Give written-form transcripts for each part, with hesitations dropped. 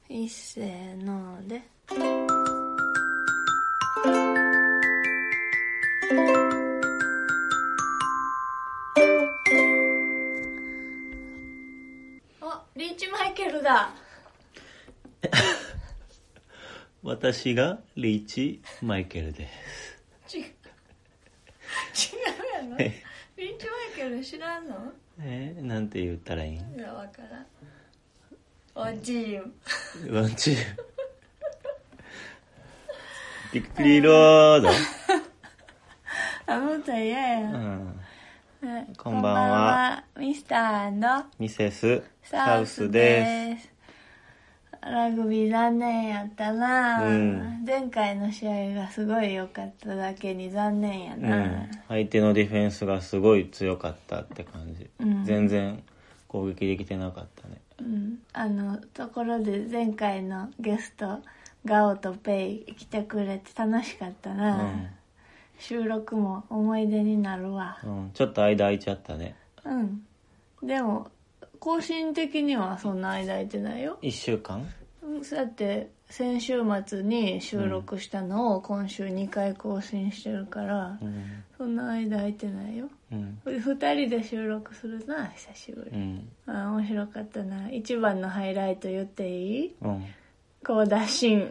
いっせーので。あ、リーチマイケルだ。 私がリーチマイケルです。 違うやろ。リーチマイケル知らんの？ なんて言ったらいいん？ いや、わからん。ワンチーム。 ワンチーム。びっくりロード。 あ、もっと嫌や。 こんばんは。 ミスターミセスサウスです。ラグビー残念やったな、前回の試合がすごい良かっただけに残念やな、 相手のディフェンスがすごい強かったって感じ、全然攻撃できてなかったね。 ところで前回のゲストガオとペイ来てくれて楽しかったな、収録も思い出になるわ、 ちょっと間空いちゃったね。 でも更新的にはそんな間空いてないよ。 1週間？ だって先週末に収録したのを今週2回更新してるから、そんな間空いてないよ、2人で収録するな久しぶり、面白かったな。一番のハイライト言っていい？こう打診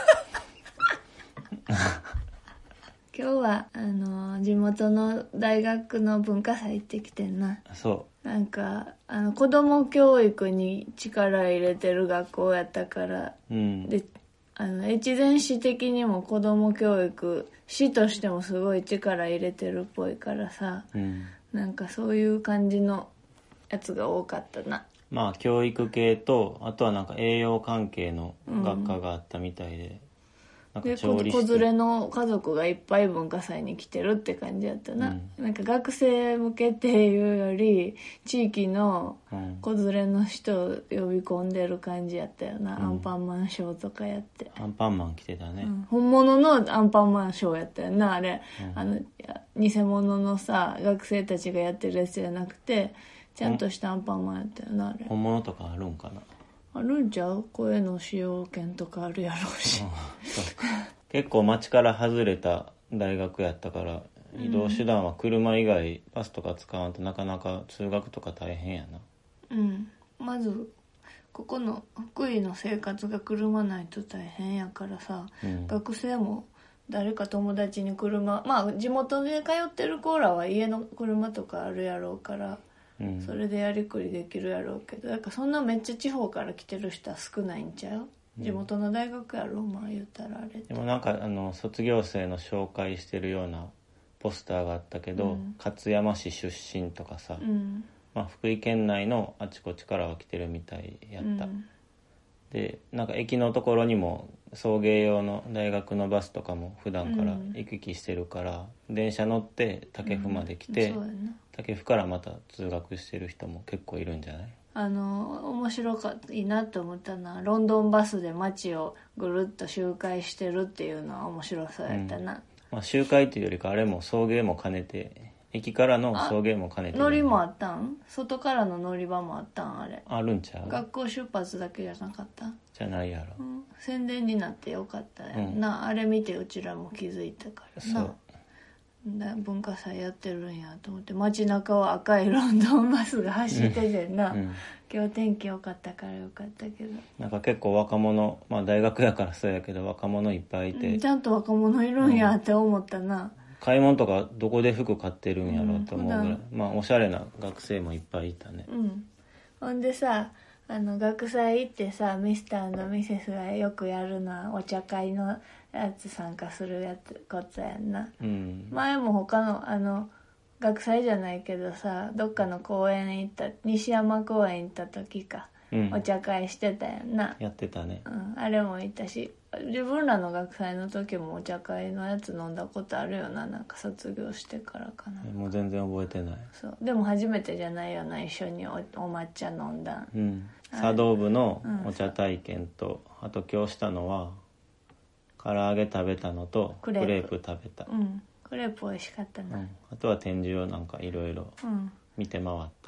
今日は地元の大学の文化祭行ってきてんな。なんか子供教育に力入れてる学校やったから、で越前市的にも子供教育市としてもすごい力入れてるっぽいからさ、なんかそういう感じのやつが多かったな。 まあ教育系とあとはなんか栄養関係の学科があったみたいで、 で子連れの家族がいっぱい文化祭に来てるって感じやったな、なんか学生向けっていうより地域の子連れの人を呼び込んでる感じやったよな、アンパンマンショーとかやって。 アンパンマン来てたね、 本物のアンパンマンショーやったよなあれ、偽物のさ学生たちがやってるやつじゃなくてちゃんとしたアンパンマンやったよなあれ。 本物とかあるんかな？ あるんちゃう？声の使用権とかあるやろうし、 結構街から外れた大学やったから移動手段は車以外バスとか使わんとなかなか通学とか大変やな。 まずここの福井の生活が車ないと大変やからさ、学生も誰か友達に車、まあ地元で通ってる子らは家の車とかあるやろうから、それでやりくりできるやろうけど、なんかそんなめっちゃ地方から来てる人は少ないんちゃう？地元の大学やろ、まあ言ったらあれ。 でもなんか卒業生の紹介してるようなポスターがあったけど、勝山市出身とかさ、まあ、福井県内のあちこちからは来てるみたいやった、でなんか駅のところにも送迎用の大学のバスとかも普段から行き来してるから、電車乗って武生まで来て、武生からまた通学してる人も結構いるんじゃない？ 面白かったいいなと思ったのはロンドンバスで街をぐるっと周回してるっていうのは面白そうやったな、 まあ、周回っていうよりかあれも送迎も兼ねて、駅からの送迎も兼ねて、 乗りもあったん？外からの乗り場もあったん？あれあるんちゃう？ 学校出発だけじゃなかった？ じゃないやろ、 宣伝になってよかったやんな、あれ見てうちらも気づいたからな。文化祭やってるんやと思って街中を赤いロンドンバスが走っててんな、今日天気良かったからよかったけど、 なんか結構若者、まあ大学やからそうやけど若者いっぱいいて、 ちゃんと若者いるんやって思ったな、 買い物とかどこで服買ってるんやろうと思うぐらい、まあおしゃれな学生もいっぱいいたね。 ほんでさ学祭行ってさミスターミセスがよくやるのはお茶会のやつ参加するやつことやんな、前も他の学祭じゃないけどさどっかの公園行った西山公園行った時か、お茶会してたやんな。 やってたね、 あれもいたし自分らの学祭の時もお茶会のやつ飲んだことあるよな、なんか卒業してからかな。 もう全然覚えてない。 そうでも初めてじゃないよな一緒にお抹茶飲んだん、 茶道部のお茶体験と、あと今日したのは唐揚げ食べたのとクレープ食べた、 クレープ美味しかったな、 あとは展示をなんかいろいろ見て回ったね、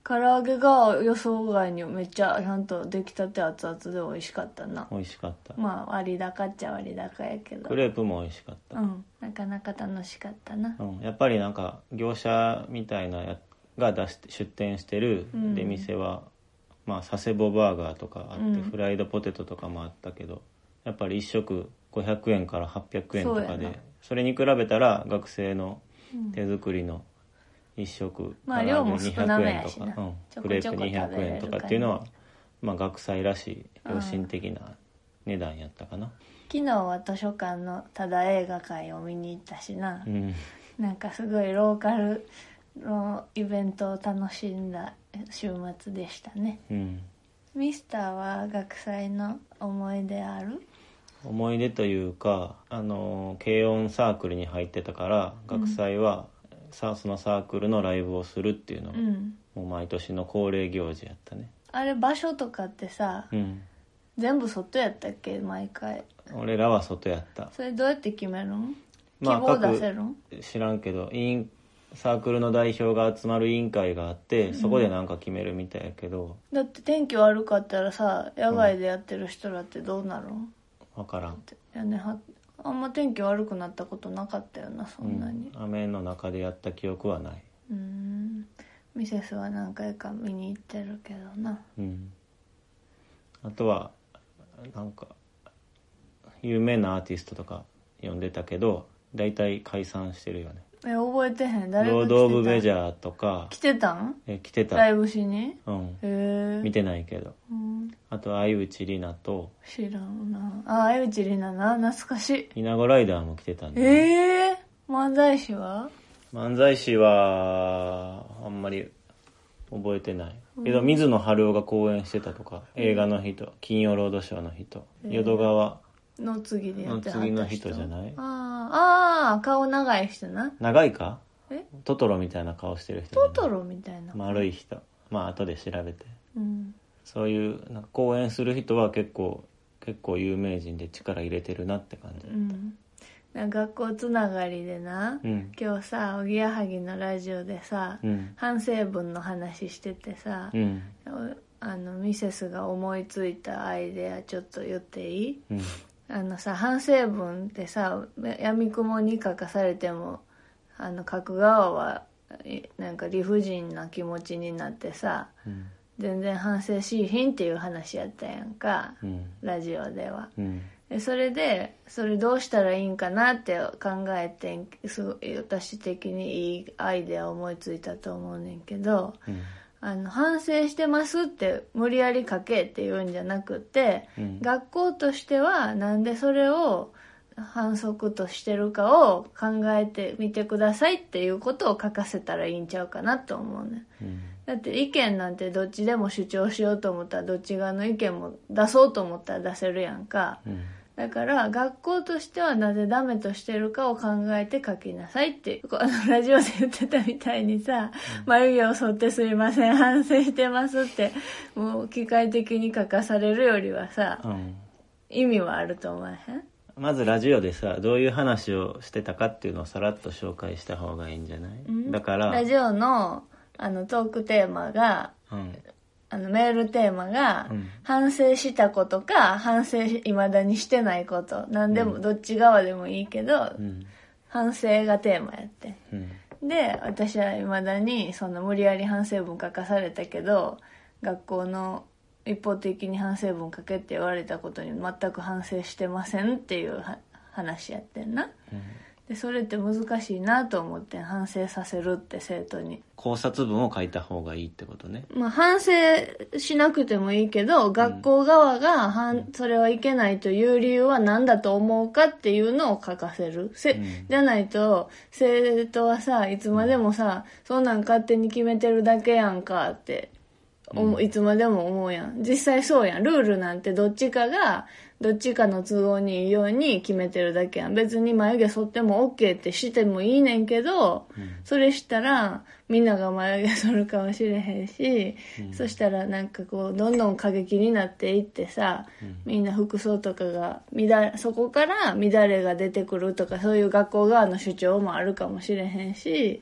唐揚げが予想外にめっちゃちゃんと出来たて熱々で美味しかったな。 美味しかった。 まあ割高っちゃ割高やけど、 クレープも美味しかった。 なかなか楽しかったな。 やっぱりなんか業者みたいなが出店してる出店は、まあ佐世保バーガーとかあって、フライドポテトとかもあったけど、やっぱり1食500円から800円とかで、それに比べたら学生の手作りの1食まあ量も少なめやしな、 クレープ200円とかっていうのは、まあ学祭らしい良心的な値段やったかな。 昨日は図書館のただ映画会を見に行ったしな、なんかすごいローカルのイベントを楽しんだ週末でしたね。ミスターは学祭の思い出ある？ 思い出というか、軽音サークルに入ってたから、学祭はそのサークルのライブをするっていうのが、もう毎年の恒例行事やったね。 あれ場所とかってさ、全部外やったっけ毎回？ 俺らは外やった。 それどうやって決めるん？希望出せるん？ 知らんけどサークルの代表が集まる委員会があって、そこでなんか決めるみたいやけど、 だって天気悪かったらさ、野外でやってる人らってどうなるん？ 分からん。 あんま天気悪くなったことなかったよな、そんなに。 雨の中でやった記憶はない。 ミセスは何回か見に行ってるけどな。 あとはなんか有名なアーティストとか呼んでたけど、だいたい解散してるよね。 覚えてへん。誰が来てた？ロード・オブ・メジャーとか。 来てたん？ 来てた。 ライブしに？ 見てないけど。あと相内里奈と。 知らんな。相内里奈な、懐かしい。 稲子ライダーも来てたんで。 漫才師は？ 漫才師はあんまり覚えてないけど、水野晴夫が公演してたとか、映画の人、金曜ロードショーの人、淀川の次でやってはった人、 の次の人じゃない？ 顔長い人な。 長いか？トトロみたいな顔してる人。 トトロみたいな丸い人。まあ後で調べて、そういうなんか公演する人は結構有名人で力入れてるなって感じ。 学校つながりでな、今日さおぎやはぎのラジオでさ、反省文の話しててさ、ミセスが思いついたアイデアちょっと言っていい？反省文ってさ、やみくもに書かされても書く側はなんか理不尽な気持ちになってさ、全然反省しひんっていう話やったやんか、ラジオでは。それでそれどうしたらいいんかなって考えて、すごい私的にいいアイデアを思いついたと思うねんけど、反省してますって無理やり書けって言うんじゃなくて、学校としてはなんでそれを反則としてるかを考えてみてくださいっていうことを書かせたらいいんちゃうかなと思うね、だって意見なんてどっちでも主張しようと思ったらどっち側の意見も出そうと思ったら出せるやんか、だから学校としてはなぜダメとしてるかを考えて書きなさいってラジオで言ってたみたいにさ、眉毛を剃ってすいません反省してますってもう機械的に書かされるよりはさ、意味はあると思えへん？ まずラジオでさどういう話をしてたかっていうのをさらっと紹介した方がいいんじゃない？だからラジオのトークテーマが、メールテーマが、反省したことか反省未だにしてないこと何でも、どっち側でもいいけど、反省がテーマやって、で私は未だにその無理やり反省文書かされたけど、学校の一方的に反省文書けって言われたことに全く反省してませんっていう話やってんな、でそれって難しいなと思って反省させるって生徒に考察文を書いた方がいいってことね。 反省しなくてもいいけど学校側がそれはいけないという理由は何だと思うかっていうのを書かせる、じゃないと生徒はさいつまでもさ、そんなん勝手に決めてるだけやんかっていつまでも思うやん。実際そうやん。ルールなんてどっちかの都合にいいように決めてるだけやん。別に眉毛剃っても OK ってしてもいいねんけど、それしたらみんなが眉毛剃るかもしれへんし、そしたらなんかこうどんどん過激になっていってさ、みんな服装とかがそこから乱れが出てくるとか、そういう学校側の主張もあるかもしれへんし、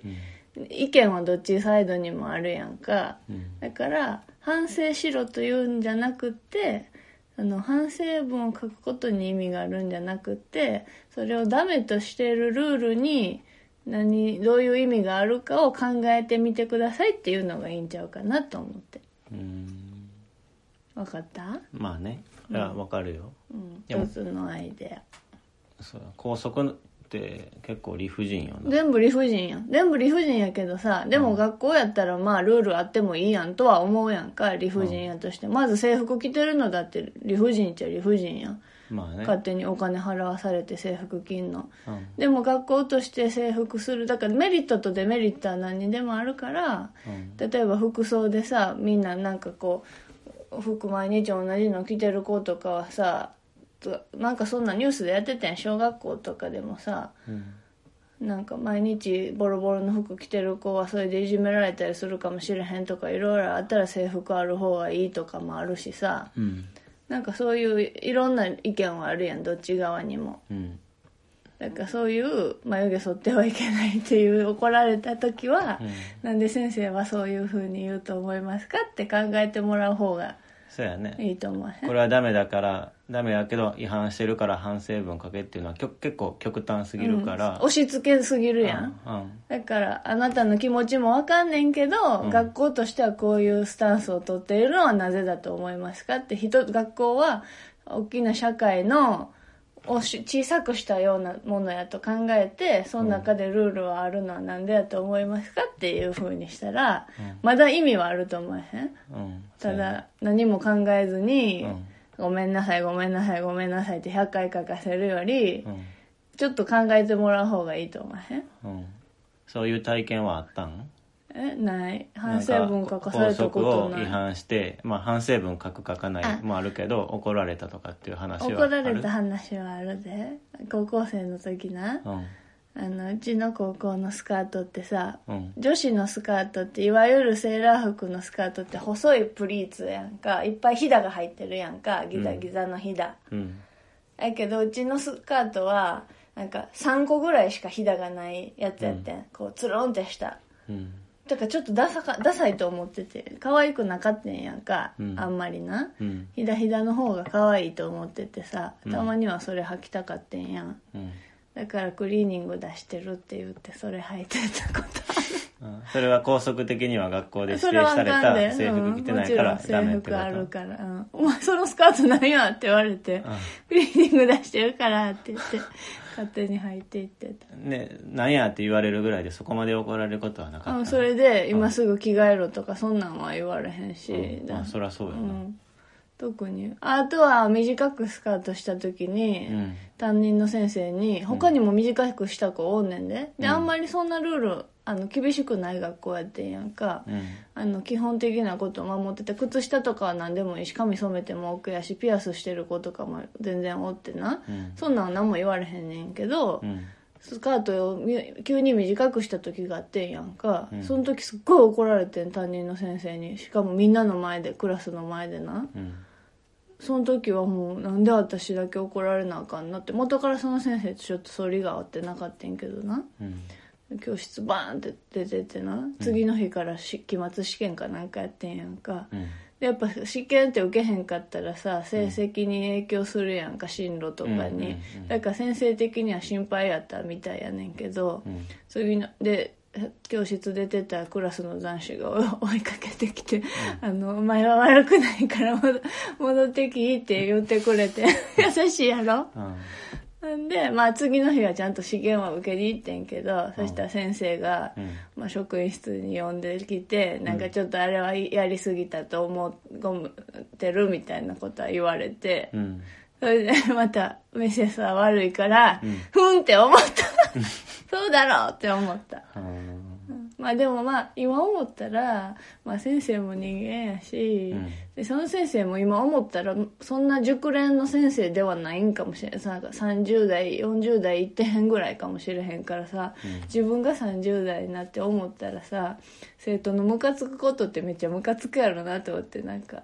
意見はどっちサイドにもあるやんか、だから反省しろというんじゃなくって反省文を書くことに意味があるんじゃなくて、それをダメとしているルールにどういう意味があるかを考えてみてくださいっていうのがいいんちゃうかなと思って。分かった？ まあね、いや分かるよ、 一つのアイデア。 そう、校則って結構理不尽よな。 全部理不尽やけどさ、でも学校やったらまあルールあってもいいやんとは思うやんか、理不尽やとして、まず制服着てるのだって理不尽っちゃ理不尽やん。まあね、勝手にお金払わされて制服着んの、でも学校として制服する、だからメリットとデメリットは何にでもあるから、例えば服装でさ、みんななんかこう服毎日同じの着てる子とかはさ、なんかそんなニュースでやってたやん、小学校とかでもさ、なんか毎日ボロボロの服着てる子はそれでいじめられたりするかもしれへんとか、いろいろあったら制服ある方がいいとかもあるしさ、なんかそういういろんな意見はあるやん、どっち側にも、だからそういう眉毛剃ってはいけないっていう怒られた時は、なんで先生はそういう風に言うと思いますかって考えてもらう方がそうやね、 いいと思うへん？ これはダメだからダメやけど違反してるから反省文書けっていうのは結構極端すぎるから、 押し付けすぎるやん、だからあなたの気持ちも分かんねんけど、学校としてはこういうスタンスを取っているのはなぜだと思いますかって、学校は大きな社会の小さくしたようなものやと考えて、その中でルールはあるのはなんでやと思いますかっていう風にしたら、まだ意味はあると思えへん、ただ何も考えずに、ごめんなさいごめんなさいごめんなさいって100回書かせるより、ちょっと考えてもらう方がいいと思えへん？ そういう体験はあったん？ ない。反省文書かされたことない。 校則を違反して、まあ反省文書く書かないもあるけど、怒られたとかっていう話はある？ 怒られた話はあるで。高校生の時な、うちの高校のスカートってさ、女子のスカートっていわゆるセーラー服のスカートって細いプリーツやんか、いっぱいひだが入ってるやんか、ギザギザのひだ、だけどうちのスカートはなんか3個ぐらいしかひだがないやつやってん、こうつるんってした、だからちょっとダサいと思ってて、可愛くなかったんやんか、あんまりな、ひだひだの方が可愛いと思っててさ、たまにはそれ履きたかってんやん、だからクリーニング出してるって言ってそれ履いてたことあるそれは校則的には学校で指定された制服着てないからダメってこと？ 制服あるから、お前そのスカート何やって言われて、クリーニング出してるからって言って勝手に履いていってたね。何やって言われるぐらいでそこまで怒られることはなかった？ それで今すぐ着替えろとかそんなんは言われへんし、 そりゃそうやな、 特にあとは短くスカートした時に、担任の先生に他にも短くした子おんねんで、あんまりそんなルール厳しくない学校やってんやんか、基本的なことを守ってて、靴下とかは何でもいいし髪染めても OK やし、ピアスしてる子とかも全然おってな、そんなん何も言われへんねんけど、スカートを急に短くした時があってんやんか、その時すっごい怒られてん、担任の先生に、しかもみんなの前で、クラスの前でな、その時はもうなんで私だけ怒られなあかんなって、元からその先生とちょっと反りが合ってなかったんけどな、教室バーンって出てってな、次の日から期末試験かなんかやってんやんか、でやっぱ試験って受けへんかったらさ、成績に影響するやんか、進路とかに、だから先生的には心配やったみたいやねんけど、次ので教室出てたクラスの男子が追いかけてきて、お前は悪くないから戻ってきって言ってくれて優しいやろ、なんで、まあ次の日はちゃんと試験は受けに行ってんけど、そしたら先生が、職員室に呼んできて、なんかちょっとあれはやりすぎたと思ってるみたいなことは言われて、それでまたメセスは悪いから、ふんって思ったそうだろうって思った。まあでもまあ今思ったら、まあ先生も人間やし、でその先生も今思ったらそんな熟練の先生ではないんかもしれない。なんか30代40代いってへんぐらいかもしれへんからさ、自分が30代になって思ったらさ、生徒のムカつくことってめっちゃムカつくやろなと思って、なんか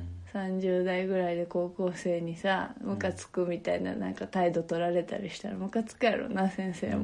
30代ぐらいで高校生にさムカつくみたいな、なんか態度取られたりしたらムカつくやろな、先生も。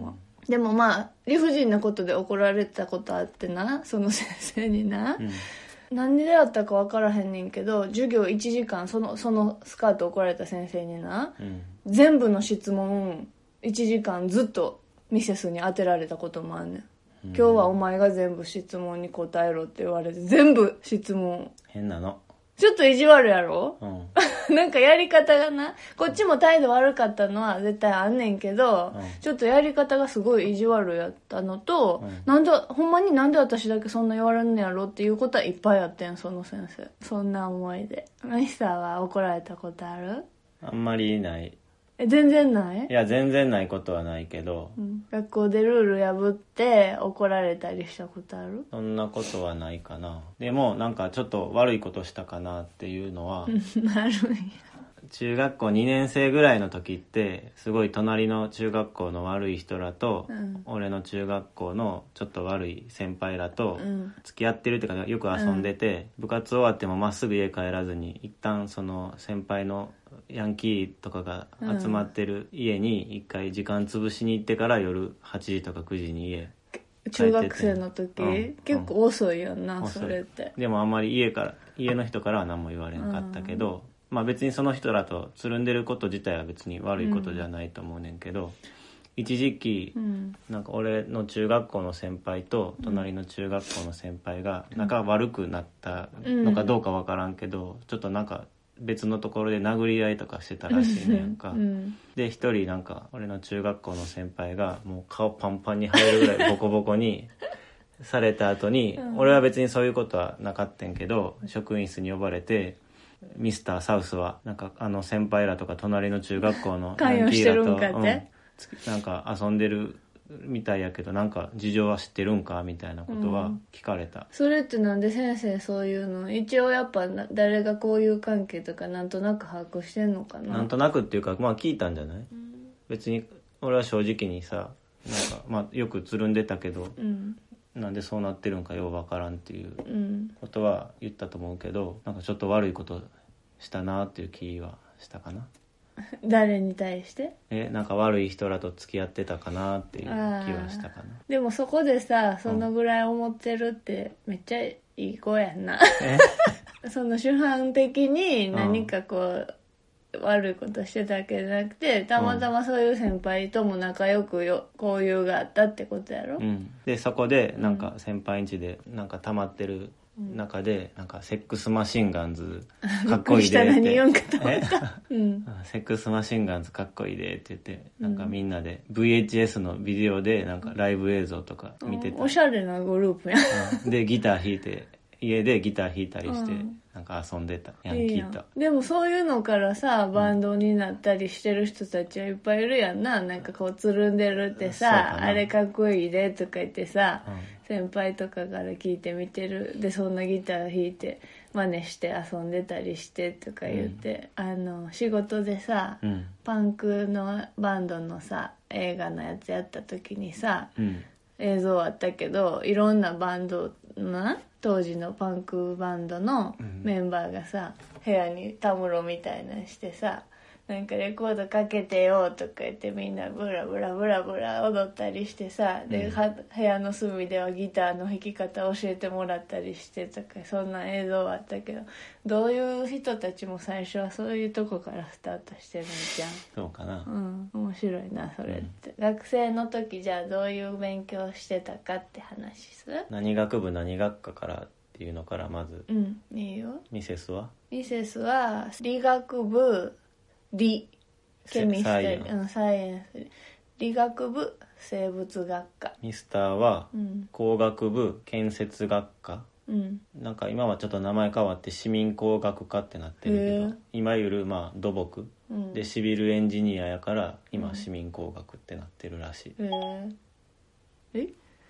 でもまあ理不尽なことで怒られたことあってな、その先生にな、何であったか分からへんねんけど、授業1時間そのスカート怒られた先生にな、全部の質問1時間ずっとミセスに当てられたこともあんねん。今日はお前が全部質問に答えろって言われて、全部質問。 変なの。 ちょっと意地悪やろ、なんかやり方がな、こっちも態度悪かったのは絶対あんねんけど、ちょっとやり方がすごい意地悪やったのと、ほんまになんで私だけそんな言われんのやろっていうことはいっぱいあってん、その先生。そんな思いで。ミスターは怒られたことある？ あんまりない。 全然ない？ いや、全然ないことはないけど、 学校でルール破って怒られたりしたことある？ そんなことはないかな。でもなんかちょっと悪いことしたかなっていうのはなるんや。 中学校2年生ぐらいの時ってすごい隣の中学校の悪い人らと、俺の中学校のちょっと悪い先輩らと付き合ってるっていうかよく遊んでて、部活終わってもまっすぐ家帰らずに一旦その先輩のヤンキーとかが集まってる家に一回時間潰しに行ってから夜8時とか9時に家帰ってて、 中学生の時、結構遅いやんな、それって。 でもあんまり家の人からは何も言われなかったけど、まあ別にその人らとつるんでること自体は別に悪いことじゃないと思うねんけど、一時期、なんか俺の中学校の先輩と隣の中学校の先輩が仲悪くなったのかどうかわからんけど、ちょっとなんか別のところで殴り合いとかしてたらしいねやんか、で一人なんか俺の中学校の先輩がもう顔パンパンに入るぐらいボコボコにされた後に、俺は別にそういうことはなかったんけど、職員室に呼ばれて、ミスターサウスはなんかあの先輩らとか隣の中学校の関与してるんかって、 なんか遊んでるみたいやけどなんか事情は知ってるんかみたいなことは聞かれた、 それってなんで先生そういうの一応やっぱ誰がこういう関係とかなんとなく把握してんのかな。 なんとなくっていうかまあ聞いたんじゃない、別に俺は正直にさ、なんかまあよくつるんでたけど、なんでそうなってるんかようわからんっていうことは言ったと思うけど、なんかちょっと悪いことしたなっていう気はしたかな。 誰に対して？ なんか悪い人らと付き合ってたかなっていう気はしたかな。 でもそこでさ、そのぐらい思ってるってめっちゃいい子やんな。その主犯的に何かこう、悪いことしてたわけじゃなくて、たまたまそういう先輩とも仲良く交友があったってことやろ、 でそこでなんか先輩ん家でなんか溜まってる中で、なんかセックスマシンガンズかっこいいでって何言うんかと思った、 セックスマシンガンズかっこいいでって言って、なんかみんなで VHS のビデオでなんかライブ映像とか見てた、 おしゃれなグループやん、 でギター弾いて家でギター弾いたりして、なんか遊んでたヤンキーと。 でもそういうのからさバンドになったりしてる人たちはいっぱいいるやんな。なんかこうつるんでるってさ、あれかっこいいでとか言ってさ、先輩とかから聞いてみてるで、そんなギター弾いて真似して遊んでたりしてとか言って、仕事でさ、パンクのバンドのさ映画のやつやった時にさ、映像あったけど、いろんなバンドの当時のパンクバンドのメンバーがさ、部屋にたむろみたいなのしてさ、なんかレコードかけてよとか言ってみんなブラブラブラブラ踊ったりしてさ、で部屋の隅ではギターの弾き方教えてもらったりしてとか、そんな映像あったけど、どういう人たちも最初はそういうとこからスタートしてるんじゃん。 そうかな。 面白いなそれって、学生の時じゃあどういう勉強してたかって話する？ 何学部何学科からっていうのからまず。 いいよ。 ミセスは理学部ケミストリー、サイエンス、理学部生物学科。 ミスターは工学部建設学科、なんか今はちょっと名前変わって市民工学科ってなってるけど、いわゆるまあ土木、でシビルエンジニアやから今市民工学ってなってるらしい。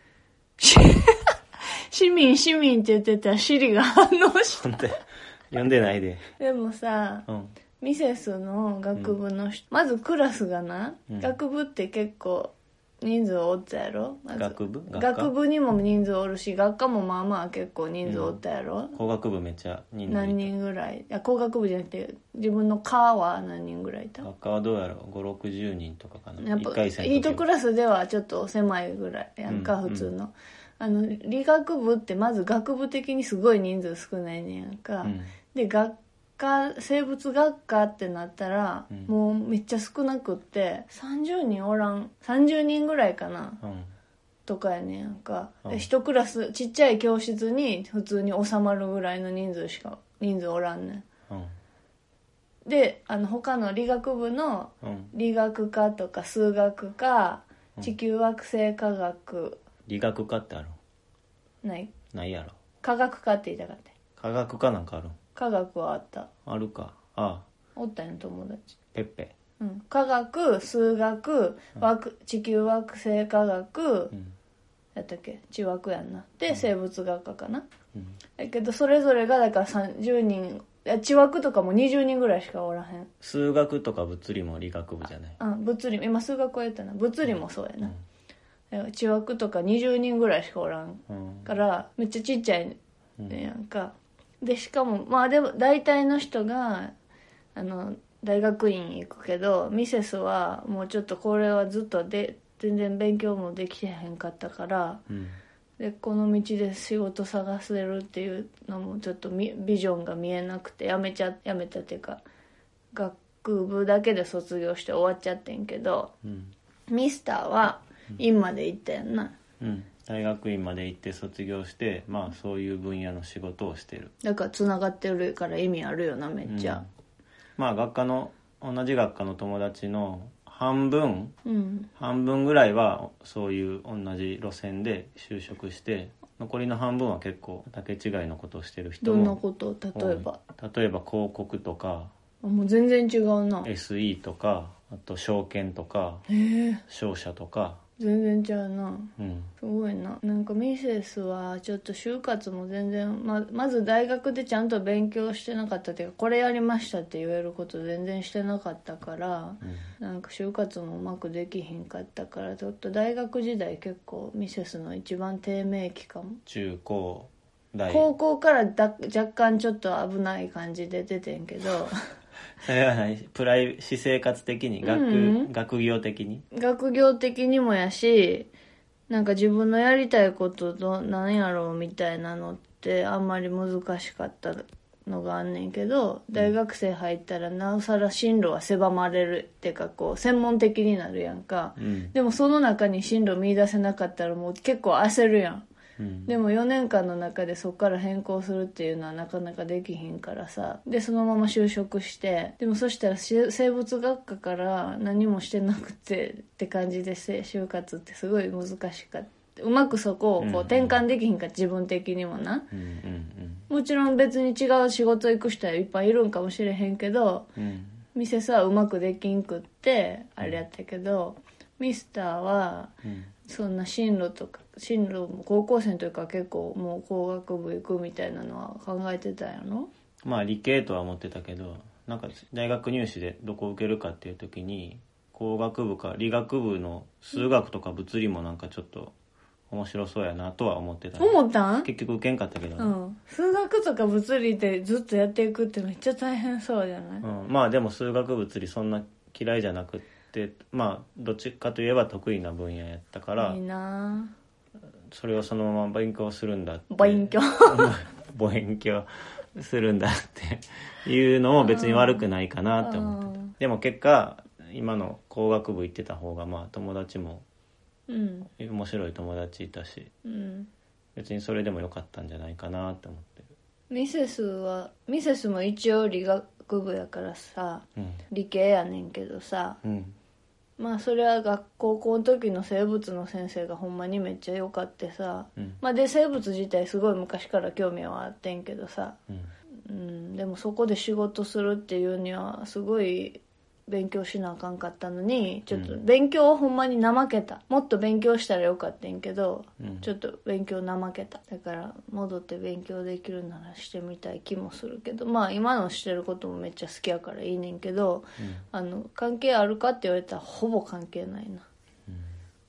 市民って言ってたらシリが反応した。 読んでないで。 でもさ、ミセスの学部のまずクラスがな、学部って結構人数おったやろ。 学部学部にも人数おるし、学科もまあまあ結構人数おったやろ、 工学部めっちゃ人数いた。 何人ぐらい？いや工学部じゃなくて自分の科は何人ぐらいいた？ 学科はどうやろう、5、60人とかかな。 やっぱ 1回戦 1クラスではちょっと狭いぐらいやんか、普通の。理学部ってまず学部的にすごい人数少ないねやんか、で生物学科ってなったら、もうめっちゃ少なくって30人おらん、30人ぐらいかな、とかやねんやんか、1クラスちっちゃい教室に普通に収まるぐらいの人数おらんねん、で他の理学部の理学科とか数学科、地球惑星科学、 理学科ってある？ないやろ。 科学科って言いたかった。 科学科なんかある？ 科学はあった。 あるか。ああ、 おったんや友達。 ペッペ。 科学、数学、地球惑星科学、やったっけ、地枠やんな。で、生物学科かな。だけどそれぞれがだから30人、地枠とかも20人ぐらいしかおらへん。 数学とか物理も理学部じゃない？ 物理、今数学は言ったな。物理もそうやな。地枠とか20人ぐらいしかおらんから、めっちゃちっちゃいねやんか。でしかもまあでも大体の人が大学院行くけど、ミセスはもうちょっとこれはずっと全然勉強もできてへんかったから、でこの道で仕事探せるっていうのもちょっとビジョンが見えなくてやめたっていうか、学部だけで卒業して終わっちゃってんけど、ミスターは院まで行ったやんな。 大学院まで行って卒業して、まあそういう分野の仕事をしてる。 だからつながってるから意味あるよな、めっちゃ。 まあ同じ学科の友達の半分ぐらいはそういう同じ路線で就職して、残りの半分は結構竹違いのことをしてる人も。 どんなこと？例えば広告とか、 もう全然違うな。 SE とか、あと証券とか、商社とか。 全然ちゃうな、すごいな。なんかミセスはちょっと就活も全然 まず大学でちゃんと勉強してなかったっていうか、これやりましたって言えること全然してなかったから、なんか就活もうまくできひんかったから、ちょっと大学時代結構ミセスの一番低迷期かも。 中高大高校から若干ちょっと危ない感じで出てんけどそれは何？私生活的に学業的に？ 学業的にもやし、なんか自分のやりたいこと何やろうみたいなのってあんまり難しかったのがあんねんけど、大学生入ったらなおさら進路は狭まれるってか、こう専門的になるやんか、でもその中に進路見出せなかったらもう結構焦るやん。でも4年間の中でそこから変更するっていうのはなかなかできひんからさ。でそのまま就職して、でもそしたら生物学科から何もしてなくてって感じで、就活ってすごい難しかった。うまくそこをこう転換できひんか、自分的にもな、もちろん別に違う仕事行く人はいっぱいいるんかもしれへんけど、ミセスはうまくできんくってあれやったけど、ミスターはそんな進路も高校生の時から結構もう工学部行くみたいなのは考えてたんやろ？ まあ理系とは思ってたけど、なんか大学入試でどこ受けるかっていう時に、工学部か理学部の数学とか物理もなんかちょっと面白そうやなとは思ってた。 思ったん？ 結局受けんかったけどね。 数学とか物理ってずっとやっていくってめっちゃ大変そうじゃない？ まあでも数学物理そんな嫌いじゃなくって、まあどっちかといえば得意な分野やったから、 いいな、 それをそのまま勉強するんだって勉強するんだっていうのも別に悪くないかなって思ってた。でも結果今の工学部行ってた方がまあ友達も面白い友達いたし、別にそれでもよかったんじゃないかなって思ってる。 ミセスも一応理学部やからさ、理系やねんけどさ、まあそれは高校の時の生物の先生がほんまにめっちゃ良かってさ、まあで生物自体すごい昔から興味はあってんけどさ、でもそこで仕事するっていうにはすごい勉強しなあかんかったのに、ちょっと勉強をほんまに怠けた。もっと勉強したらよかったんけど、ちょっと勉強怠けた。だから戻って勉強できるならしてみたい気もするけど、まあ今のしてることもめっちゃ好きやからいいねんけど、関係あるかって言われたらほぼ関係ないな。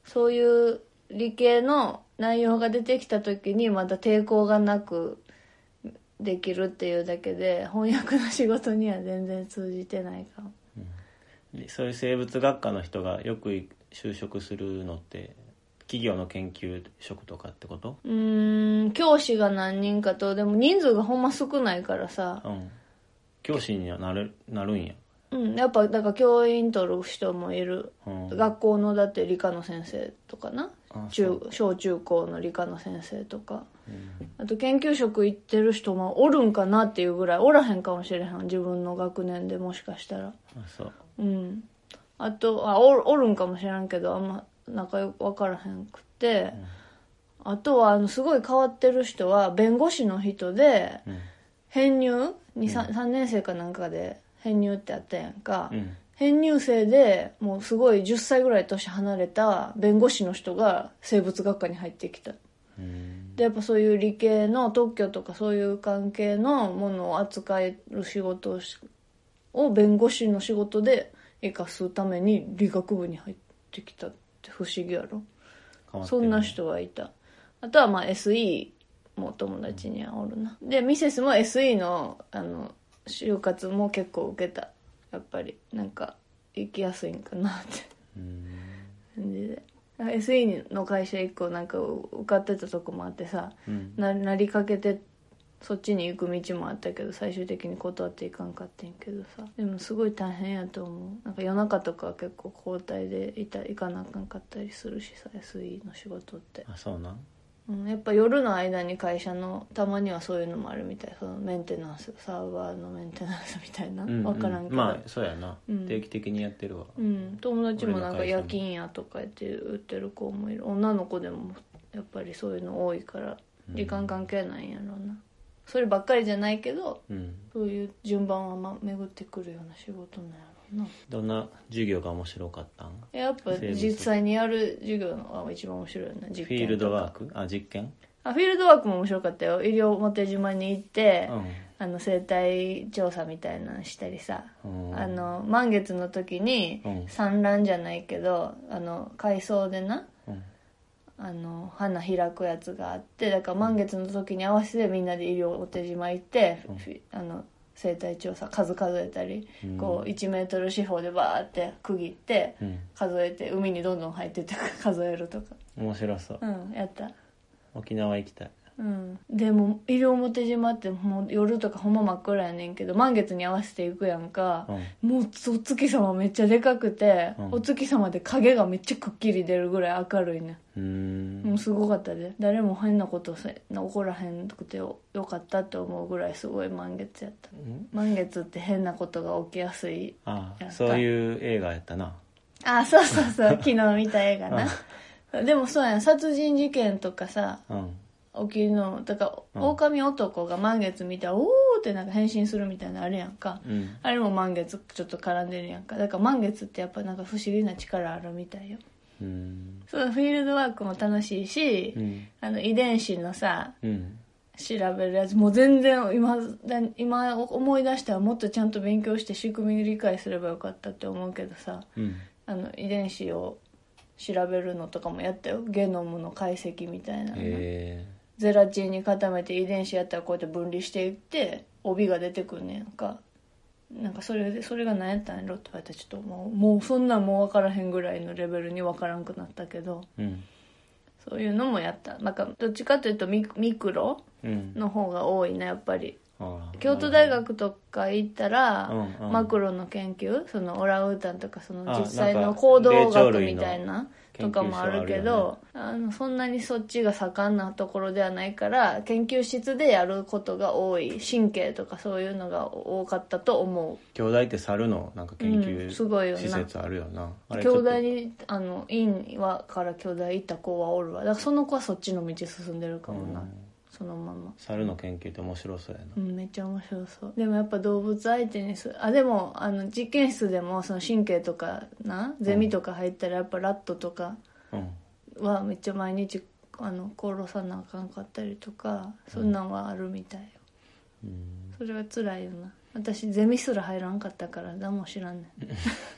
そういう理系の内容が出てきた時にまだ抵抗がなくできるっていうだけで翻訳の仕事には全然通じてないかも、 そういう生物学科の人がよく就職するのって企業の研究職とかってこと？ 教師が何人かと、でも人数がほんま少ないからさ、 教師にはなるんや。 やっぱだから教員取る人もいる、学校のだって理科の先生とかな、小中高の理科の先生とか、あと研究職行ってる人もおるんかなっていうぐらいおらへんかもしれへん、自分の学年でもしかしたら。あとおるんかもしれんけどあんま仲良く分からへんくて、あとはすごい変わってる人は弁護士の人で、編入3年生かなんかで編入ってあったやんか、編入生でもうすごい10歳ぐらい年離れた弁護士の人が生物学科に入ってきた。でやっぱそういう理系の特許とかそういう関係のものを扱える仕事を弁護士の仕事で生かすために理学部に入ってきたって不思議やろ。そんな人はいた。あとはSE も友達にはおるな。でミセスも SE の就活も結構受けた。やっぱりなんか行きやすいんかなって感じで、SE の会社1個なんか受かってたとこもあってさ、なりかけてそっちに行く道もあったけど最終的に断っていかんかってんけどさ、でもすごい大変やと思う。なんか夜中とか結構交代で行かなあかんかったりするしさ、 SE の仕事って。 あ、そうなん。 やっぱ夜の間に会社のたまにはそういうのもあるみたい。そのメンテナンス、サーバーのメンテナンスみたいな、分からんけど、 そうやな、定期的にやってるわ。 友達もなんか夜勤やとか言って売ってる子もいる。女の子でもやっぱりそういうの多いから時間関係ないんやろうな。そればっかりじゃないけど、そういう順番は巡ってくるような仕事なんやろうな。 どんな授業が面白かったん？ やっぱ実際にやる授業が一番面白いよな。実験とか。 フィールドワーク？実験？ フィールドワークも面白かったよ。西表島に行って、生態調査みたいなのしたりさ、満月の時に産卵じゃないけど海藻でな、花開くやつがあって、だから満月の時に合わせてみんなで西表島行って、生態調査数えたり、こう1メートル四方でバーって区切って、数えて海にどんどん入ってって数えるとか。 面白そう。 やった。沖縄行きたい。 でも西表島ってもう夜とかほんま真っ暗やねんけど、満月に合わせていくやんか、もうお月様めっちゃでかくて、お月様で影がめっちゃくっきり出るぐらい明るいね。もうすごかったで。誰も変なこと起こらへんくてよかったって思うぐらいすごい満月やった。満月って変なことが起きやすい。 そういう映画やったな。 そう昨日見た映画な。でもそうやん、殺人事件とかさ、起きるのだから、狼男が満月見たらおーってなんか変身するみたいなのあるやんか、あれも満月ちょっと絡んでるやんか。だから満月ってやっぱなんか不思議な力あるみたいよ。そのフィールドワークも楽しいし、遺伝子のさ、調べるやつもう全然今思い出したらもっとちゃんと勉強して仕組み理解すればよかったって思うけどさ、遺伝子を調べるのとかもやったよ。ゲノムの解析みたいなの、ゼラチンに固めて遺伝子やったらこうやって分離していって帯が出てくんねんか。なんかそれが何やったんやろとか言ってちょっともうそんなんもう分からへんぐらいのレベルに分からんくなったけど、そういうのもやった。なんかどっちかというとミクロの方が多いなやっぱり。京都大学とか行ったら、マクロの研究、そのオランウータンとかその実際の行動学みたいなとかもあるけど、そんなにそっちが盛んなところではないから研究室でやることが多い。神経とかそういうのが多かったと思う。 京大って猿のなんか研究施設あるよな。 京大に院から京大行った子はおるわ。だからその子はそっちの道進んでるかもな。そのまま猿の研究って面白そうやな。 めっちゃ面白そう。でもやっぱ動物相手にでも実験室でもその神経とかゼミとか入ったらやっぱラットとかはめっちゃ毎日殺さなあかんかったりとか、そんなんはあるみたいよ。それは辛いよな。私ゼミすら入らんかったから何も知らんねん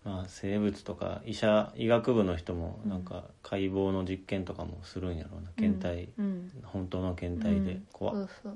まあ、生物とか医学部の人もなんか解剖の実験とかもするんやろうな、検体、本当の検体で、怖っ。 そうそう、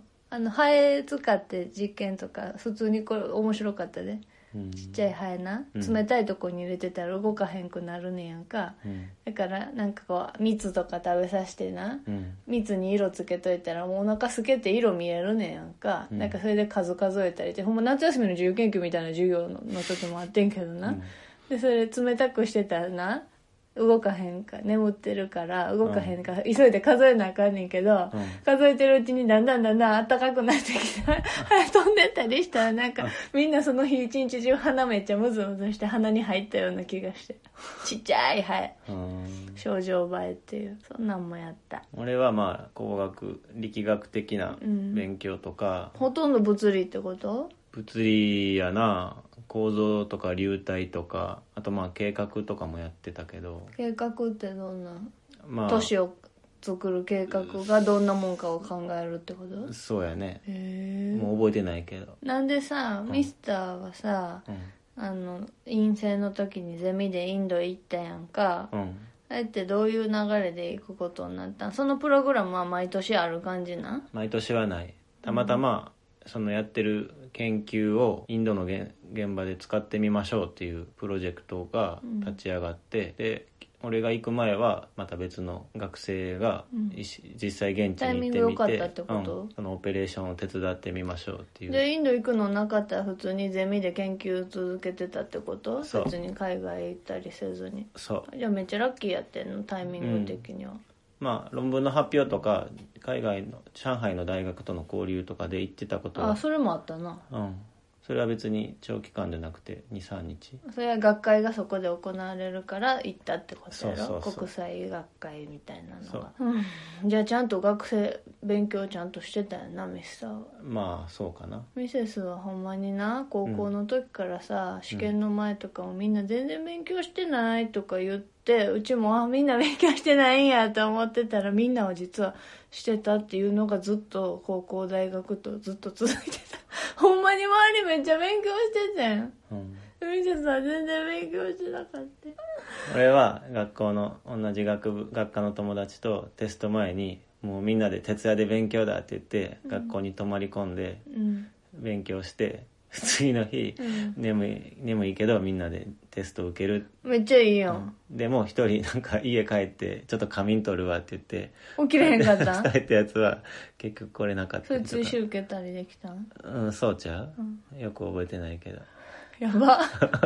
ハエ使って実験とか普通にこれ面白かったで、ちっちゃいハエな、冷たいとこに入れてたら動かへんくなるねやんか、だからなんかこう蜜とか食べさせてな、蜜に色つけといたらもうお腹すけて色見えるねやんか、なんかそれで数えたりってほんま夏休みの自由研究みたいな授業の時もあってんけどな、でそれ冷たくしてたらな動かへんか、眠ってるから動かへんから、急いで数えなあかんねんけど、数えてるうちにだんだん暖かくなってきて飛んでったりしたらなんかみんなその日一日中鼻めっちゃムズムズして鼻に入ったような気がして、ちっちゃいハエ、症状映えっていう、そんなんもやった。 俺はまあ工学力学的な勉強とか、 ほとんど物理ってこと？ 物理やな、構造とか流体とか、あとまあ計画とかもやってたけど。 計画ってどんな、まあ、都市を作る計画がどんなもんかを考えるってこと？ そうやね。もう覚えてないけど。 なんでさ、ミスターはさ、院生の時にゼミでインド行ったやんか、あれってどういう流れで行くことになったん？そのプログラムは毎年ある感じな？ 毎年はない。たまたま、そのやってる研究をインドの現場で使ってみましょうっていうプロジェクトが立ち上がって、で俺が行く前はまた別の学生が、実際現地に行ってみて、タイミング良かったってこと？そのオペレーションを手伝ってみましょうっていう。 でインド行くのなかったら普通にゼミで研究続けてたってこと？別に海外行ったりせずに。 そう。 じゃあめっちゃラッキーやってんの、タイミング的には。 まあ、論文の発表とか海外の上海の大学との交流とかで行ってたことは、 それもあったな。 それは別に長期間でなくて 2,3 日。 それは学会がそこで行われるから行ったってことやろ。国際学会みたいなのが。じゃあちゃんと勉強ちゃんとしてたよな、ミスターは。 まあそうかな。 ミセスはほんまにな、高校の時からさ、試験の前とかもみんな全然勉強してないとか言って、うちもみんな勉強してないんやと思ってたら、みんなは実はしてたっていうのがずっと高校大学とずっと続いてた。ほんまに周りめっちゃ勉強しててん。ミセスは全然勉強してなかった。 俺は学校の同じ学科の友達とテスト前にもうみんなで徹夜で勉強だって言って、学校に泊まり込んで勉強して、次の日、眠いけどみんなでテスト受ける。 めっちゃいいやん。 でも一人なんか家帰ってちょっと仮眠取るわって言って起きれへんかった伝えたやつは結局来れなかった。 それ追試受けたりできたん？ そうちゃう、よく覚えてないけど。 やば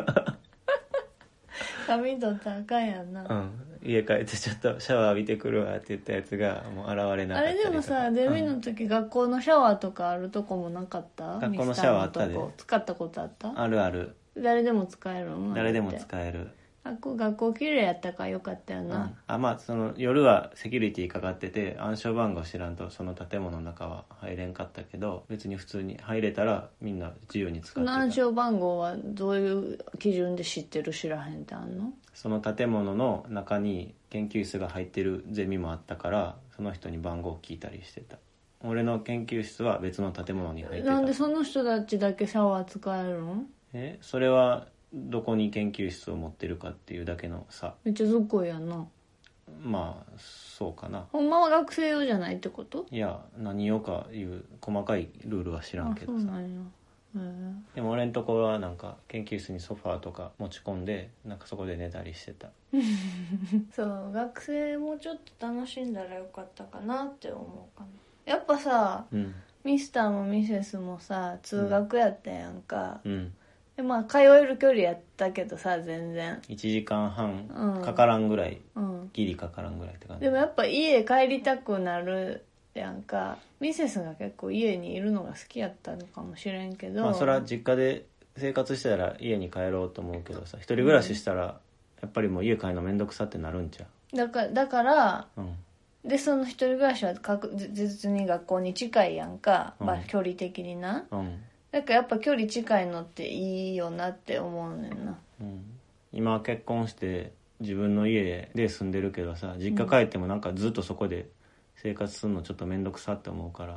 仮眠取ったらあかんやんな。 家帰ってちょっとシャワー浴びてくるわって言ったやつがもう現れなかったりとか。あれでもさ、ゼミの時、学校のシャワーとかあるとこもなかった？ 学校のシャワーあったで。 使ったことあった？ あるある。 誰でも使えるの？ 誰でも使える。 学校綺麗やったからよかったよな。 まあその夜はセキュリティかかってて暗証番号知らんとその建物の中は入れんかったけど、別に普通に入れたらみんな自由に使ってた。 暗証番号はどういう基準で知ってる知らへんってあんの？ その建物の中に研究室が入ってるゼミもあったから、その人に番号聞いたりしてた。俺の研究室は別の建物に入ってた。 なんでその人たちだけシャワー使えるの？ それはどこに研究室を持ってるかっていうだけのさ。 めっちゃずっこいやんな。 まあそうかな。 ほんまは学生用じゃないってこと？ いや、何用かいう細かいルールは知らんけどさ。 そうなんや。 でも俺んとこはなんか研究室にソファーとか持ち込んで、なんかそこで寝たりしてた。 そう、学生もちょっと楽しんだらよかったかなって思うかな。やっぱさ、ミスターもミセスもさ通学やったやんか、でまあ通える距離やったけどさ、全然 1時間半かからんぐらい、ギリかからんぐらいって感じ。 でもやっぱ家帰りたくなるやんか。ミセスが結構家にいるのが好きやったのかもしれんけど、 それは実家で生活してたら家に帰ろうと思うけどさ、一人暮らししたらやっぱりもう家帰るのめんどくさってなるんちゃう？ だから、でその一人暮らしは確実に学校に近いやんか、距離的にな、だからやっぱ距離近いのっていいよなって思うねんな。 今結婚して自分の家で住んでるけどさ、実家帰ってもなんかずっとそこで生活するのちょっとめんどくさって思うから、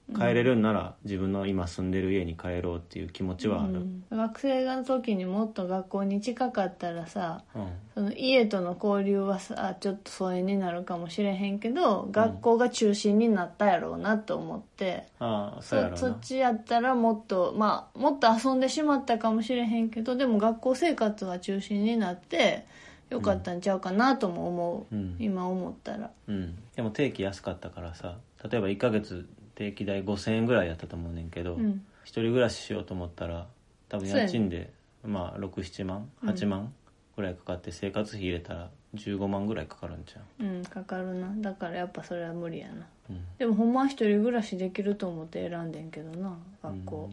帰れるんなら自分の今住んでる家に帰ろうっていう気持ちはある、 学生の時にもっと学校に近かったらさ、その家との交流はさちょっと疎遠になるかもしれへんけど、学校が中心になったやろうなと思って、そっちやったらもっともっと遊んでしまったかもしれへんけど、でも学校生活が中心になってよかったんちゃうかなとも思う、今思ったら、 でも定期安かったからさ、例えば1ヶ月定期代5000円ぐらいやったと思うねんけど、一人暮らししようと思ったら多分家賃で6,7万8万ぐらいかかって、生活費入れたら15万ぐらいかかるんちゃう。かかるな。だからやっぱそれは無理やな、でもほんまは一人暮らしできると思って選んでんけどな、学校、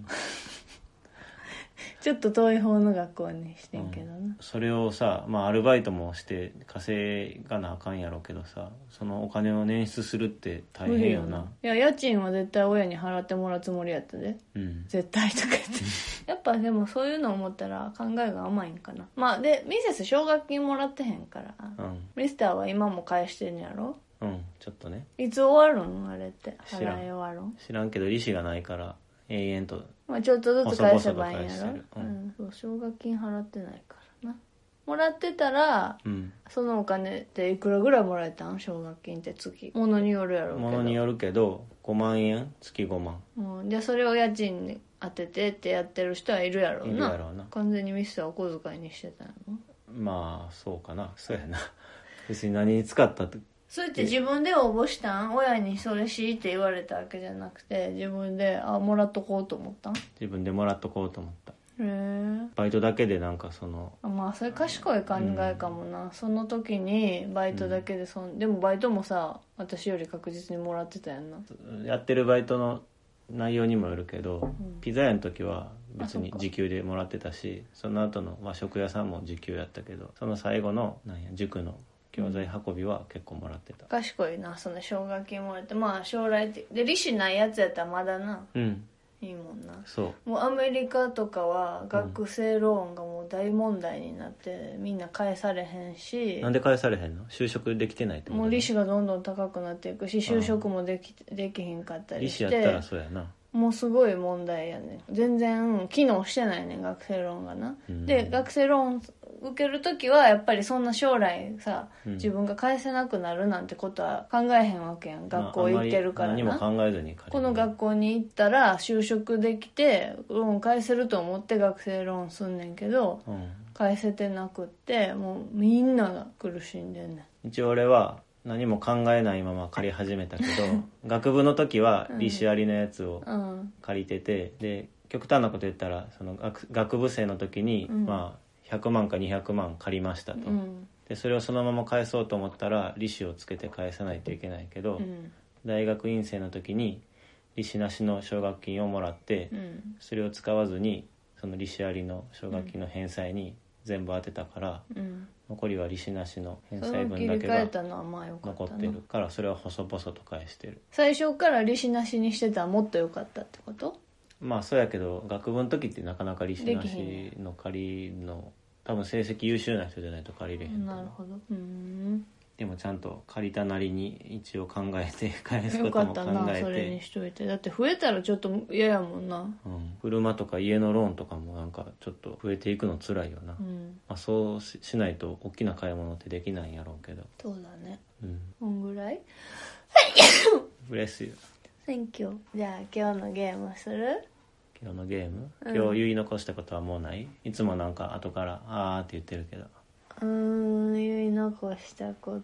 ちょっと遠い方の学校にしてんけどな、 それをさ、アルバイトもして稼がなあかんやろうけどさ、そのお金を捻出するって大変よな。 いや家賃は絶対親に払ってもらうつもりやったで、絶対とか言ってやっぱでもそういうの思ったら考えが甘いんかな。でミセス奨学金もらってへんから、ミスターは今も返してんやろ。 ちょっとね。 いつ終わるんあれって、払い終わるん知らんけど利子がないから永遠とちょっとずつ返せばいいんやろ。そう奨学金払ってないからな。もらってたら、そのお金っていくらぐらいもらえたん？奨学金って月物によるやろうけど。 物によるけど5万円月5 万、じゃあそれを家賃に当ててってやってる人はいるやろうな。いるやろうな。完全にミスターお小遣いにしてたの。 そうかな。そうやな。別に何に使ったって。 そうやって自分で応募したん？親にそれしいって言われたわけじゃなくて、自分でもらっとこうと思ったん？ 自分でもらっとこうと思った。 へえ。 バイトだけでなんかそのそれ賢い考えかもな、その時にバイトだけででもバイトもさ私より確実にもらってたやんな。 やってるバイトの内容にもよるけど、ピザ屋の時は別に時給でもらってたし、その後の和食屋さんも時給やったけど、その最後の塾の教材運びは結構もらってた。 賢いな、その奨学金もらって。将来で利子ないやつやったらまだな、いいもんな。 そうもうアメリカとかは学生ローンがもう大問題になって、みんな返されへんし。 なんで返されへんの？就職できてないってこと？ もう利子がどんどん高くなっていくし、就職もできへんかったりして、 利子やったらそうやな。 もうすごい問題やね。全然機能してないね、学生ローンがな。で学生ローン受けるときはやっぱりそんな将来さ、自分が返せなくなるなんてことは考えへんわけやん、学校行ってるからな。 何も考えずにこの学校に行ったら就職できてローン返せると思って学生ローンすんねんけど、返せてなくって、もうみんなが苦しんでんねん。 一応俺は何も考えないまま借り始めたけど学部の時は利子ありのやつを借りてて、で極端なこと言ったらその 学部生の時に、100万か200万借りましたと、でそれをそのまま返そうと思ったら利子をつけて返さないといけないけど、大学院生の時に利子なしの奨学金をもらって、それを使わずにその利子ありの奨学金の返済に全部当てたから、残りは利子なしの返済分だけが残ってるから、それは細々と返してる。 最初から利子なしにしてたらもっと良かったってこと？ そうやけど学部の時ってなかなか利子なしの借りの多分成績優秀な人じゃないと借りれへん。 なるほど。 でもちゃんと借りたなりに一応考えて返すことも考えて。よかったな、 それにしといて。だって増えたらちょっと嫌やもんな。 車とか家のローンとかもなんかちょっと増えていくの辛いよな。そうしないと大きな買い物ってできないんやろうけど。 そうだね。こんぐらいブレスユー。 Thank you。じゃあ今日のゲームする？ 今日のゲーム？今日言い残したことはもうない？いつもなんか後からあーって言ってるけど。 言い残したこと？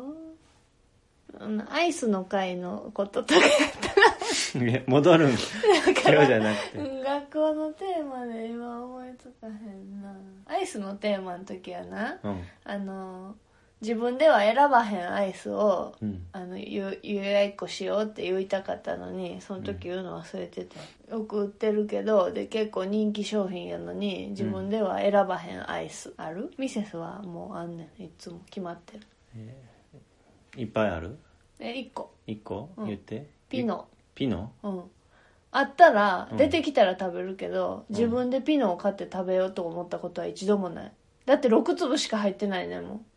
アイスの会のこととかやったら戻るん今日じゃなくて学校のテーマで今思いつかへんな。アイスのテーマの時はな、自分では選ばへんアイスを、予約しようって言いたかったのに、その時言うの忘れてて、よく売ってるけどで結構人気商品やのに自分では選ばへんアイスある？ミセスはもうあんねん、いつも決まってる。 いっぱいある ？1個。 1個、言ってピノ。 ピノ？ あったら、出てきたら食べるけど、自分でピノを買って食べようと思ったことは一度もない。だって6粒しか入ってないねんもん。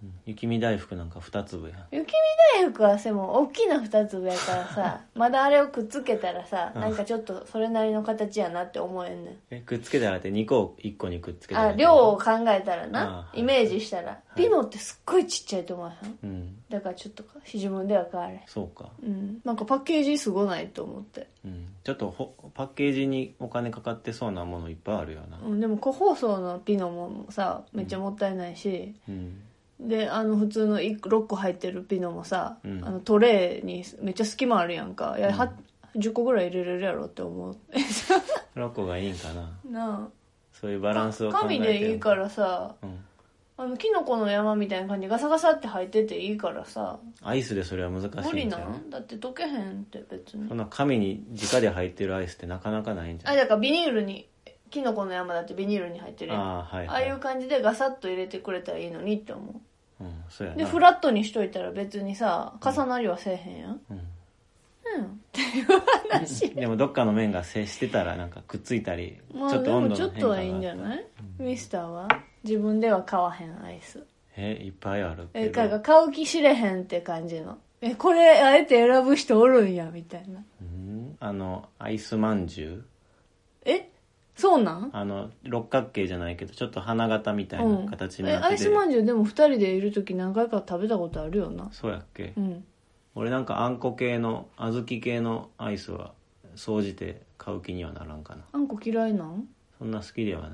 雪見大福なんか2粒やん。 雪見大福はもう大きな2粒やからさまだあれをくっつけたらさなんかちょっとそれなりの形やなって思えんねん。 くっつけたらって2個を1個にくっつけたら量を考えたらな、イメージしたら、ピノってすっごいちっちゃいと思うよ、だからちょっと自分では変われ。 そうか、 なんかパッケージすごないと思って、 ちょっとパッケージにお金かかってそうなものいっぱいあるよな、 でも個包装のピノもさめっちゃもったいないし、で普通の6個入ってるピノもさ、トレーにめっちゃ隙間あるやんか。10個ぐらい入れれるやろって思う 6個がいいんかな。 なあ、 そういうバランスを考えて紙でいいからさ、キノコの山みたいな感じでガサガサって入ってていいからさ。 アイスでそれは難しいんじゃん。 無理なん？だって溶けへんって別に。 そんな紙に直で入ってるアイスってなかなかないんじゃん。 だからビニールに、キノコの山だってビニールに入ってるやん。ああいう感じでガサッと入れてくれたらいいのにって思う。 そうやな。 でフラットにしといたら別にさ重なりはせえへんやん。っていう話でもどっかの面が接してたらなんかくっついたり、 ちょっと温度の変化があった。でもちょっとはいいんじゃない？ミスターは自分では買わへんアイス。 いっぱいあるけど。 買う気しれへんって感じの。これあえて選ぶ人おるんやみたいな。 アイスまんじゅう。そうなん？ 六角形じゃないけどちょっと花形みたいな形になってて、 アイスまんじゅうでも2人でいる時何回か食べたことあるよな。 そうやっけ？俺なんかあんこ系の小豆系のアイスは総じて買う気にはならんかな。 あんこ嫌いなん？ そんな好きではない。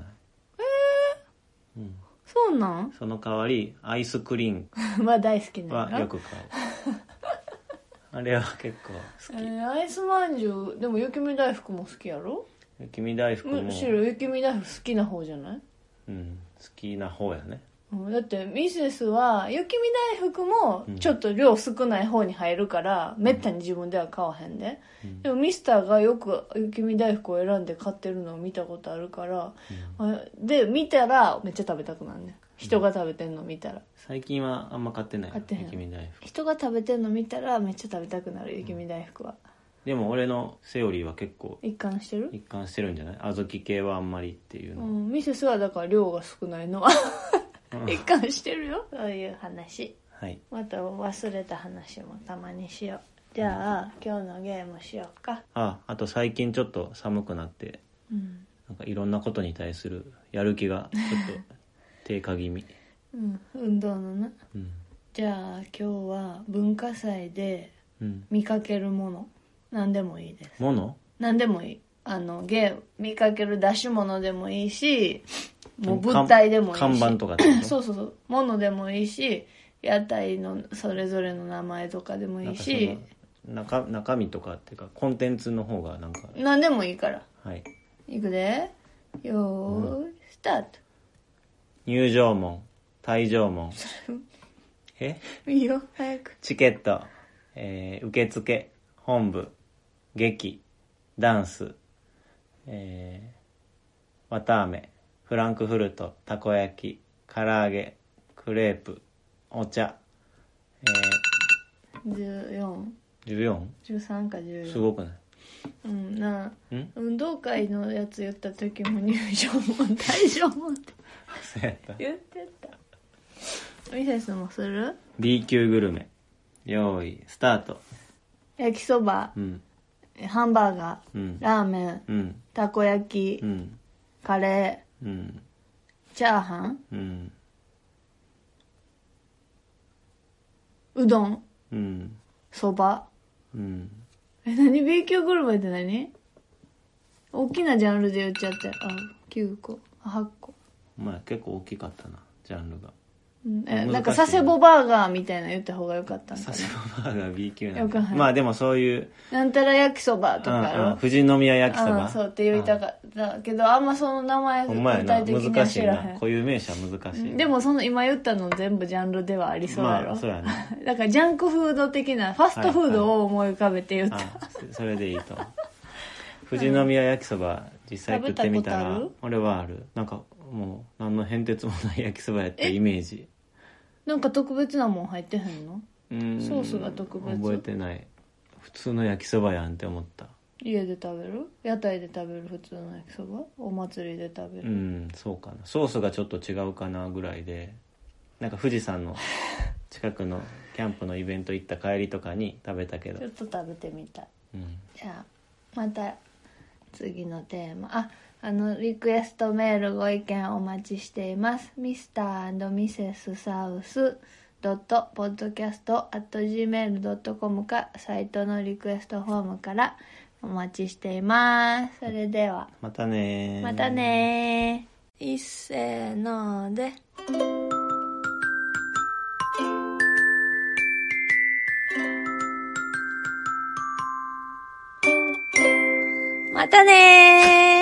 そうなん？ その代わりアイスクリーンまあ大好きなはよく買うあれは結構好き。 アイスまんじゅうでも雪見大福も好きやろ？ 雪見大福もむしろ雪見大福好きな方じゃない？ 好きな方やね。 だってミセスは雪見大福もちょっと量少ない方に入るから、めったに自分では買わへんで、でもミスターがよく雪見大福を選んで買ってるのを見たことあるから、で見たらめっちゃ食べたくなるね。人が食べてんの見たら。 最近はあんま買ってない。雪見大福。 人が食べてんの見たらめっちゃ食べたくなる雪見大福は。 でも俺のセオリーは結構一貫してる？ 一貫してるんじゃない？小豆系はあんまりっていうの、 ミセスはだから量が少ないのは一貫してるよ。そういう話、また忘れた話もたまにしよう。じゃあ、今日のゲームしようか。 あと最近ちょっと寒くなって、なんかいろんなことに対するやる気がちょっと低下気味運動のな、じゃあ今日は文化祭で見かけるもの、何でもいいです。 もの？ 何でもいい。見かける出し物でもいいし、もう物体でもいいし、 看板とかでそうものでもいいし、屋台のそれぞれの名前とかでもいいし、 中身とかっていうかコンテンツの方がなんか何でもいいから。 いくで、よーい、スタート。 入場門、退場門いいよ、早く。 チケット、受付、本部、劇、ダンス、綿あめ、フランクフルト、たこ焼き、唐揚げ、クレープ、お茶、 14 13か14。 すごくない？ 運動会のやつ言った時も入場門退場門ってそうやった言ってた。ミセスもする？ B 級グルメ、用意スタート。 焼きそば、ハンバーガー、ラーメン、たこ焼き、カレー、チャーハン、うどん、そば。何 B 級グルメって何？大きなジャンルで言っちゃって。9個8個。 結構大きかったなジャンルが。 なんか佐世保バーガーみたいな言った方がよかったんだ。 佐世保バーガー B 級なんだ。まあでもそういうなんたら焼きそばとか富士宮焼きそばそうって言いたかったけど、あんまその名前具体的には知らへん。 難しいな、固有名詞は難しい。 でもその今言ったの全部ジャンルではありそうやろ。 そうやね。 だからジャンクフード的なファストフードを思い浮かべて言った、 それでいいと思う。富士宮焼きそば実際食ってみたら、俺はある。なんかもう何の変哲もない焼きそばやったイメージ。 なんか特別なもん入ってへんの？ソースが特別？ 覚えてない。普通の焼きそばやんって思った。 家で食べる？屋台で食べる普通の焼きそば？お祭りで食べる？ そうかな。ソースがちょっと違うかなぐらいで。 なんか富士山の近くのキャンプのイベント行った帰りとかに食べたけど、 ちょっと食べてみたい、じゃあまた次のテーマ、リクエストメールご意見お待ちしています。 Mr.&Mrs. South.podcast@gmail.com かサイトのリクエストフォームからお待ちしています。それではまたねいっせーのでまたねー。